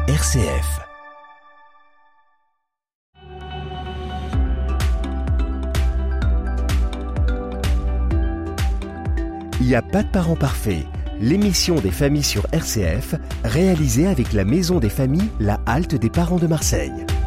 RCF. Il n'y a pas de parents parfaits. L'émission des familles sur RCF, réalisée avec la Maison des familles, la halte des parents de Marseille.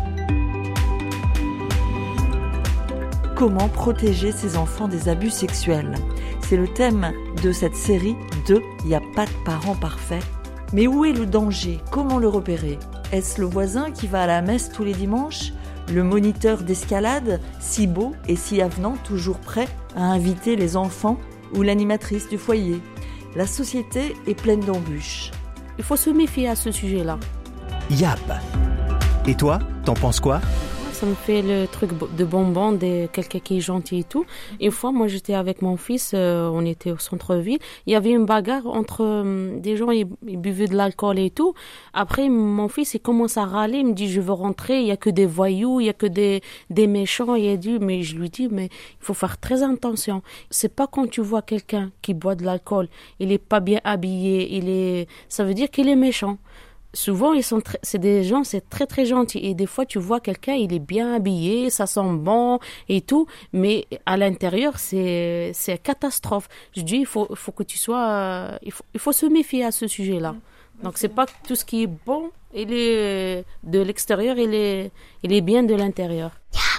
Comment protéger ses enfants des abus sexuels ? C'est le thème de cette série de « Il n'y a pas de parents parfaits ». Mais où est le danger ? Comment le repérer ? Est-ce le voisin qui va à la messe tous les dimanches ? Le moniteur d'escalade, si beau et si avenant, toujours prêt à inviter les enfants ? Ou l'animatrice du foyer ? La société est pleine d'embûches. Il faut se méfier à ce sujet-là. Yap. Et toi, t'en penses quoi ? Ça me fait le truc de bonbon de quelqu'un qui est gentil et tout. Une fois, moi, j'étais avec mon fils, on était au centre-ville. Il y avait une bagarre entre des gens, ils buvaient de l'alcool et tout. Après, mon fils, il commence à râler, il me dit, je veux rentrer, il n'y a que des voyous, il n'y a que des méchants. Mais je lui dis, mais il faut faire très attention. C'est pas quand tu vois quelqu'un qui boit de l'alcool, il est pas bien habillé, ça veut dire qu'il est méchant. Souvent, c'est des gens, c'est très très gentil. Et des fois, tu vois quelqu'un, il est bien habillé, ça sent bon et tout. Mais à l'intérieur, c'est catastrophe. Je dis, il faut que tu sois... il faut se méfier à ce sujet-là. Donc, c'est pas tout ce qui est bon, il est de l'extérieur, il est bien de l'intérieur.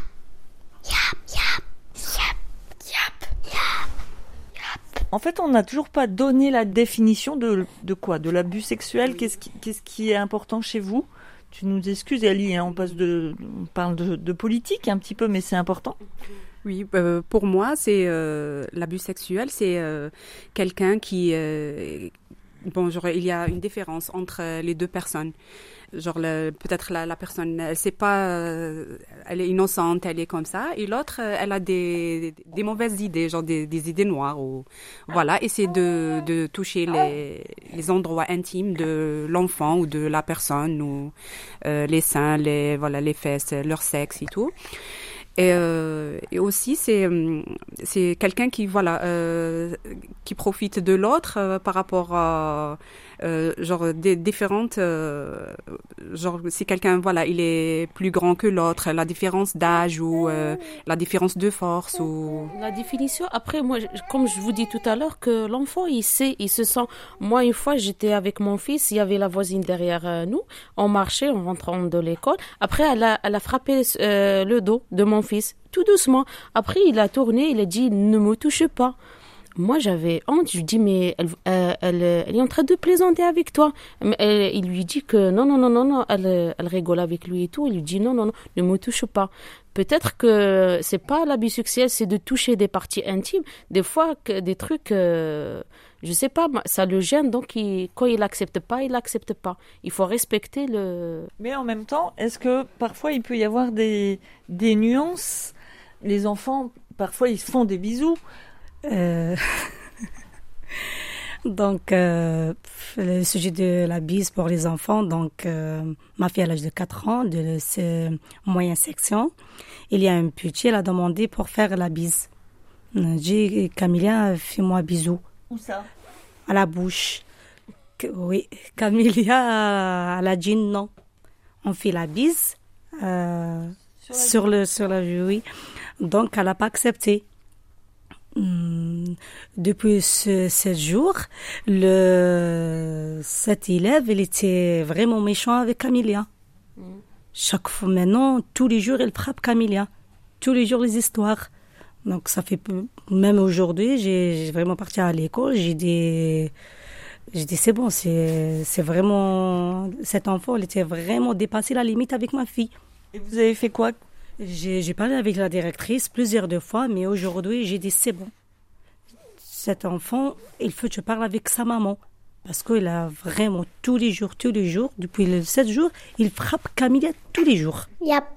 En fait, on n'a toujours pas donné la définition de quoi ? De l'abus sexuel ? Qu'est-ce qui est important chez vous ? Tu nous excuses, Ali, on parle de politique un petit peu, mais c'est important. Oui, pour moi, c'est l'abus sexuel, c'est quelqu'un qui... il y a une différence entre les deux personnes. Peut-être la personne, elle sait pas, elle est innocente, elle est comme ça, et l'autre, elle a des mauvaises idées, des idées noires, voilà, et c'est de toucher les endroits intimes de l'enfant ou de la personne, ou les seins, les fesses, leur sexe et tout. Et aussi c'est quelqu'un qui qui profite de l'autre par rapport à des différentes si quelqu'un il est plus grand que l'autre, la différence d'âge ou la différence de force ou la définition. Après, moi, comme je vous dis tout à l'heure, que l'enfant il se sent. Moi, une fois, j'étais avec mon fils, il y avait la voisine derrière nous, on marchait en rentrant de l'école. Après, elle a frappé le dos de mon fils tout doucement. Après, il a tourné, il a dit, ne me touche pas. Moi, j'avais honte. Je lui dis, mais elle est en train de plaisanter avec toi. Il lui dit que non. Elle rigole avec lui et tout. Il lui dit, non, ne me touche pas. Peut-être que c'est pas l'abus sexuel, c'est de toucher des parties intimes. Des fois, des trucs, je sais pas, ça le gêne. Donc, quand il accepte pas, il accepte pas. Il faut respecter le... Mais en même temps, est-ce que parfois, il peut y avoir des nuances ? Les enfants, parfois, ils se font des bisous. Donc, le sujet de la bise pour les enfants, donc ma fille à l'âge de 4 ans, de moyenne section, il y a un petit, elle a demandé pour faire la bise. On a dit, Camilla, fais-moi bisou. Où ça ? À la bouche. Oui, Camilla, elle a dit non. On fait la bise sur la vue, oui. Donc, elle n'a pas accepté. Depuis ce jour, cet élève, il était vraiment méchant avec Camilla. Chaque fois, maintenant, tous les jours, il frappe Camilla. Tous les jours, les histoires. Donc, ça fait... Même aujourd'hui, j'ai vraiment parti à l'école, j'ai dit, c'est bon, c'est vraiment... Cet enfant, il était vraiment dépassé la limite avec ma fille. Et vous avez fait quoi ? J'ai parlé avec la directrice plusieurs fois, mais aujourd'hui, j'ai dit, c'est bon. Cet enfant, il faut que je parle avec sa maman. Parce qu'il a vraiment tous les jours, depuis les 7 jours, il frappe Camilla tous les jours. Yap.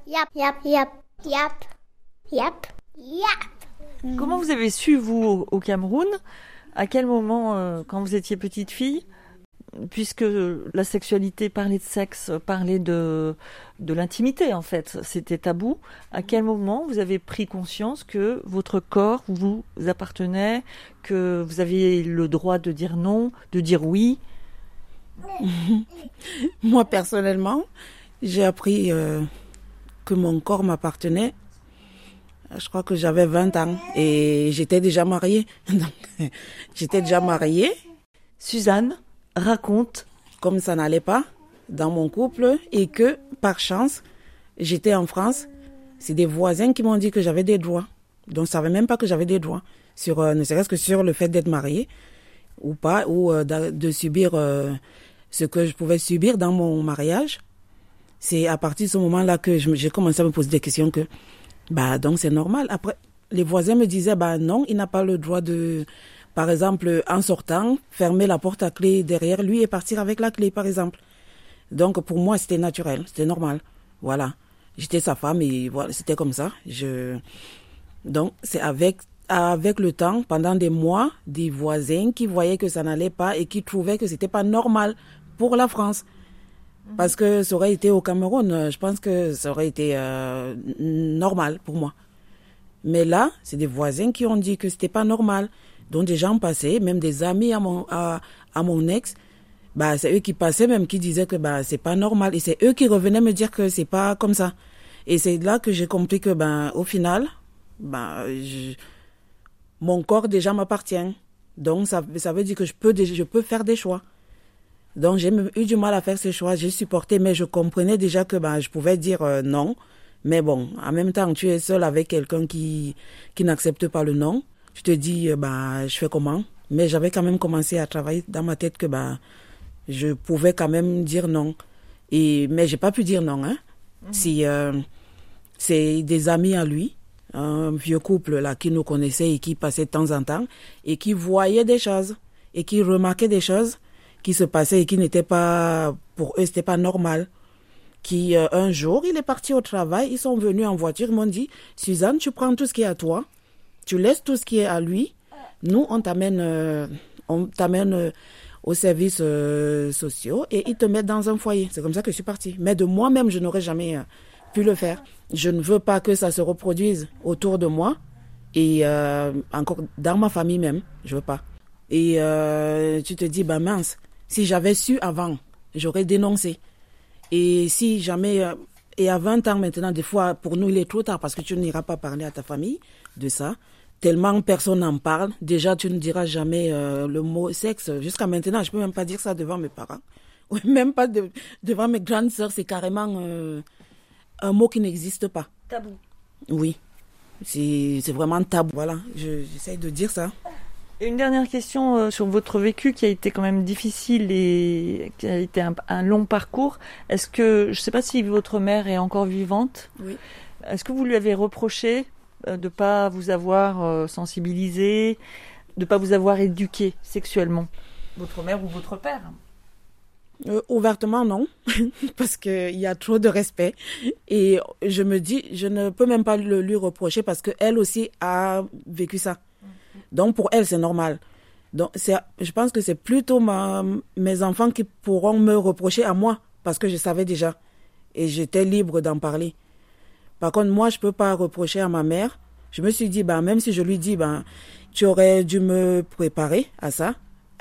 Comment vous avez su, vous, au Cameroun, à quel moment, quand vous étiez petite fille, puisque la sexualité, parler de sexe, parler de l'intimité, en fait, c'était tabou. À quel moment vous avez pris conscience que votre corps vous appartenait, que vous aviez le droit de dire non, de dire oui ? Moi, personnellement, j'ai appris que mon corps m'appartenait. Je crois que j'avais 20 ans et j'étais déjà mariée. Donc, j'étais déjà mariée. Suzanne raconte. Comme ça n'allait pas dans mon couple et que, par chance, j'étais en France. C'est des voisins qui m'ont dit que j'avais des droits. Donc, je ne savais même pas que j'avais des droits, ne serait-ce que sur le fait d'être mariée ou pas, ou de subir ce que je pouvais subir dans mon mariage. C'est à partir de ce moment-là que j'ai commencé à me poser des questions que, donc c'est normal. Après, les voisins me disaient, non, il n'a pas le droit de, par exemple, en sortant, fermer la porte à clé derrière lui et partir avec la clé, par exemple. Donc, pour moi, c'était naturel, c'était normal. Voilà. J'étais sa femme et voilà, c'était comme ça. Donc, c'est avec le temps, pendant des mois, des voisins qui voyaient que ça n'allait pas et qui trouvaient que c'était pas normal pour la France. Parce que ça aurait été au Cameroun, je pense que ça aurait été normal pour moi. Mais là, c'est des voisins qui ont dit que c'était pas normal. Donc des gens passaient, même des amis à mon ex, c'est eux qui passaient, même qui disaient que c'est pas normal. Et c'est eux qui revenaient me dire que c'est pas comme ça. Et c'est là que j'ai compris que au final, mon corps déjà m'appartient. Donc ça veut dire que je peux faire des choix. Donc j'ai eu du mal à faire ces choix, j'ai supporté, mais je comprenais déjà que je pouvais dire non. Mais bon, en même temps, tu es seul avec quelqu'un qui n'accepte pas le non. Tu te dis, je fais comment? Mais j'avais quand même commencé à travailler dans ma tête que je pouvais quand même dire non. Mais j'ai pas pu dire non. Si c'est des amis à lui, un vieux couple là qui nous connaissait et qui passait de temps en temps et qui voyait des choses et qui remarquait des choses qui se passaient et qui n'étaient pas, pour eux, c'était pas normal. Qui, un jour, il est parti au travail, ils sont venus en voiture, ils m'ont dit, Suzanne, tu prends tout ce qui est à toi, tu laisses tout ce qui est à lui, nous, on t'amène aux services sociaux et ils te mettent dans un foyer. C'est comme ça que je suis partie. Mais de moi-même, je n'aurais jamais pu le faire. Je ne veux pas que ça se reproduise autour de moi et encore dans ma famille même, je veux pas. Et tu te dis, mince, si j'avais su avant, j'aurais dénoncé. Et si jamais, et à 20 ans maintenant, des fois, pour nous, il est trop tard parce que tu n'iras pas parler à ta famille de ça. Tellement personne n'en parle. Déjà, tu ne diras jamais le mot sexe. Jusqu'à maintenant, je peux même pas dire ça devant mes parents. Oui, même pas devant mes grandes sœurs. C'est carrément un mot qui n'existe pas. Tabou. Oui, c'est vraiment tabou. Voilà, j'essaye de dire ça. Et une dernière question sur votre vécu qui a été quand même difficile et qui a été un long parcours. Est-ce que, je ne sais pas si votre mère est encore vivante. Oui. Est-ce que vous lui avez reproché de ne pas vous avoir sensibilisé, de ne pas vous avoir éduqué sexuellement, votre mère ou votre père? Ouvertement, non, parce qu'il y a trop de respect. Et je me dis, je ne peux même pas lui reprocher parce qu'elle aussi a vécu ça. Donc, pour elle, c'est normal. Donc, je pense que c'est plutôt mes enfants qui pourront me reprocher à moi, parce que je savais déjà. Et j'étais libre d'en parler. Par contre, moi, je peux pas reprocher à ma mère. Je me suis dit, même si je lui dis, tu aurais dû me préparer à ça,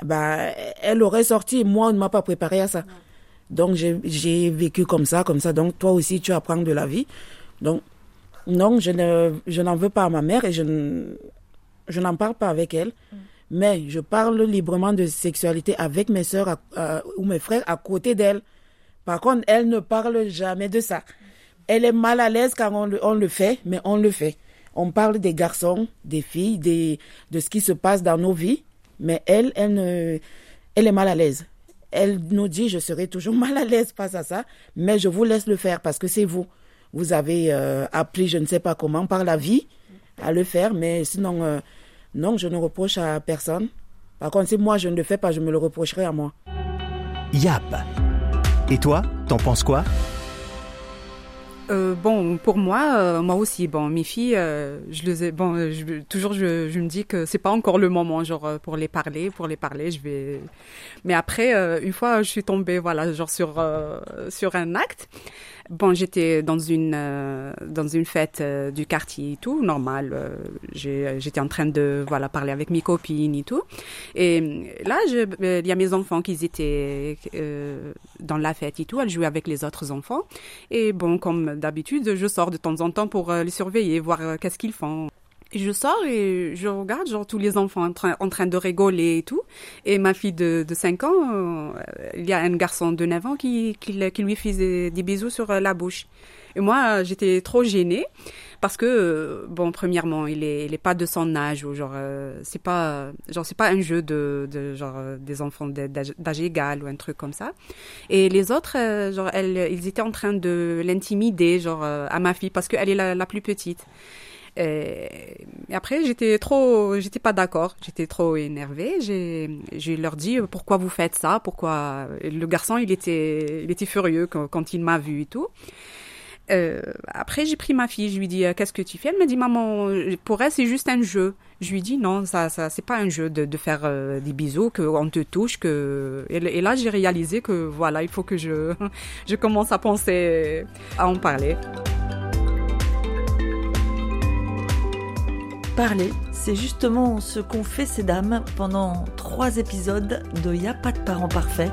elle aurait sorti, moi, on ne m'a pas préparé à ça. Donc, j'ai vécu comme ça. Donc, toi aussi, tu apprends de la vie. Donc, non, je n'en veux pas à ma mère et je n'en parle pas avec elle, mais je parle librement de sexualité avec mes sœurs ou mes frères à côté d'elle. Par contre, elle ne parle jamais de ça. Elle est mal à l'aise quand on le fait, mais on le fait. On parle des garçons, des filles, de ce qui se passe dans nos vies, mais elle est mal à l'aise. Elle nous dit, je serai toujours mal à l'aise face à ça, mais je vous laisse le faire parce que c'est vous. Vous avez appris, je ne sais pas comment, par la vie, à le faire, mais sinon, non, je ne reproche à personne. Par contre, si moi je ne le fais pas, je me le reprocherai à moi. Yap. Et toi, t'en penses quoi? Pour moi aussi, mes filles, je me dis que c'est pas encore le moment, pour les parler, mais après, une fois, je suis tombée, sur un acte. Bon, j'étais dans une fête du quartier et tout, normal. J'étais en train de parler avec mes copines et tout. Et là, il y a mes enfants qui étaient dans la fête et tout. Elles jouaient avec les autres enfants. Et bon, comme d'habitude, je sors de temps en temps pour les surveiller, voir qu'est-ce qu'ils font. Et je sors et je regarde tous les enfants en train de rigoler et tout. Et ma fille de 5 ans, il y a un garçon de 9 ans qui lui faisait des bisous sur la bouche. Et moi, j'étais trop gênée parce que, premièrement, il est pas de son âge ou c'est pas un jeu de des enfants d'âge égal ou un truc comme ça. Et les autres, ils étaient en train de l'intimider, à ma fille parce qu'elle est la plus petite. Et après, j'étais pas d'accord, j'étais trop énervée. J'ai leur dit pourquoi vous faites ça, pourquoi. Le garçon il était furieux quand il m'a vu et tout. Après, j'ai pris ma fille, je lui dis qu'est-ce que tu fais? Elle m'a dit maman, pour elle c'est juste un jeu. Je lui dis non, ça c'est pas un jeu de faire des bisous, qu'on te touche, et là j'ai réalisé que il faut que je commence à penser à en parler. Parler, c'est justement ce qu'ont fait ces dames pendant 3 épisodes de Y a pas de parents parfaits.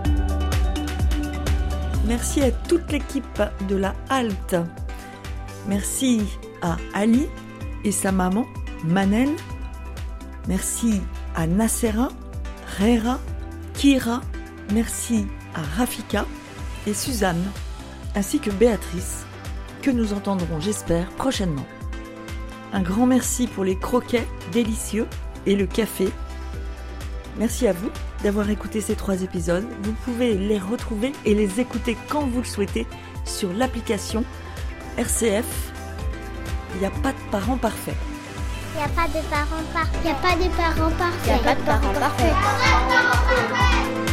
Merci à toute l'équipe de la Halte. Merci à Ali et sa maman, Manel. Merci à Nacera, Rera, Kira. Merci à Rafika et Suzanne, ainsi que Béatrice, que nous entendrons, j'espère, prochainement. Un grand merci pour les croquets délicieux et le café. Merci à vous d'avoir écouté ces 3 épisodes. Vous pouvez les retrouver et les écouter quand vous le souhaitez sur l'application RCF. Il n'y a pas de parents parfaits. Il n'y a pas de parents parfaits. Il n'y a pas de parents parfaits. Il n'y a pas de parents parfaits.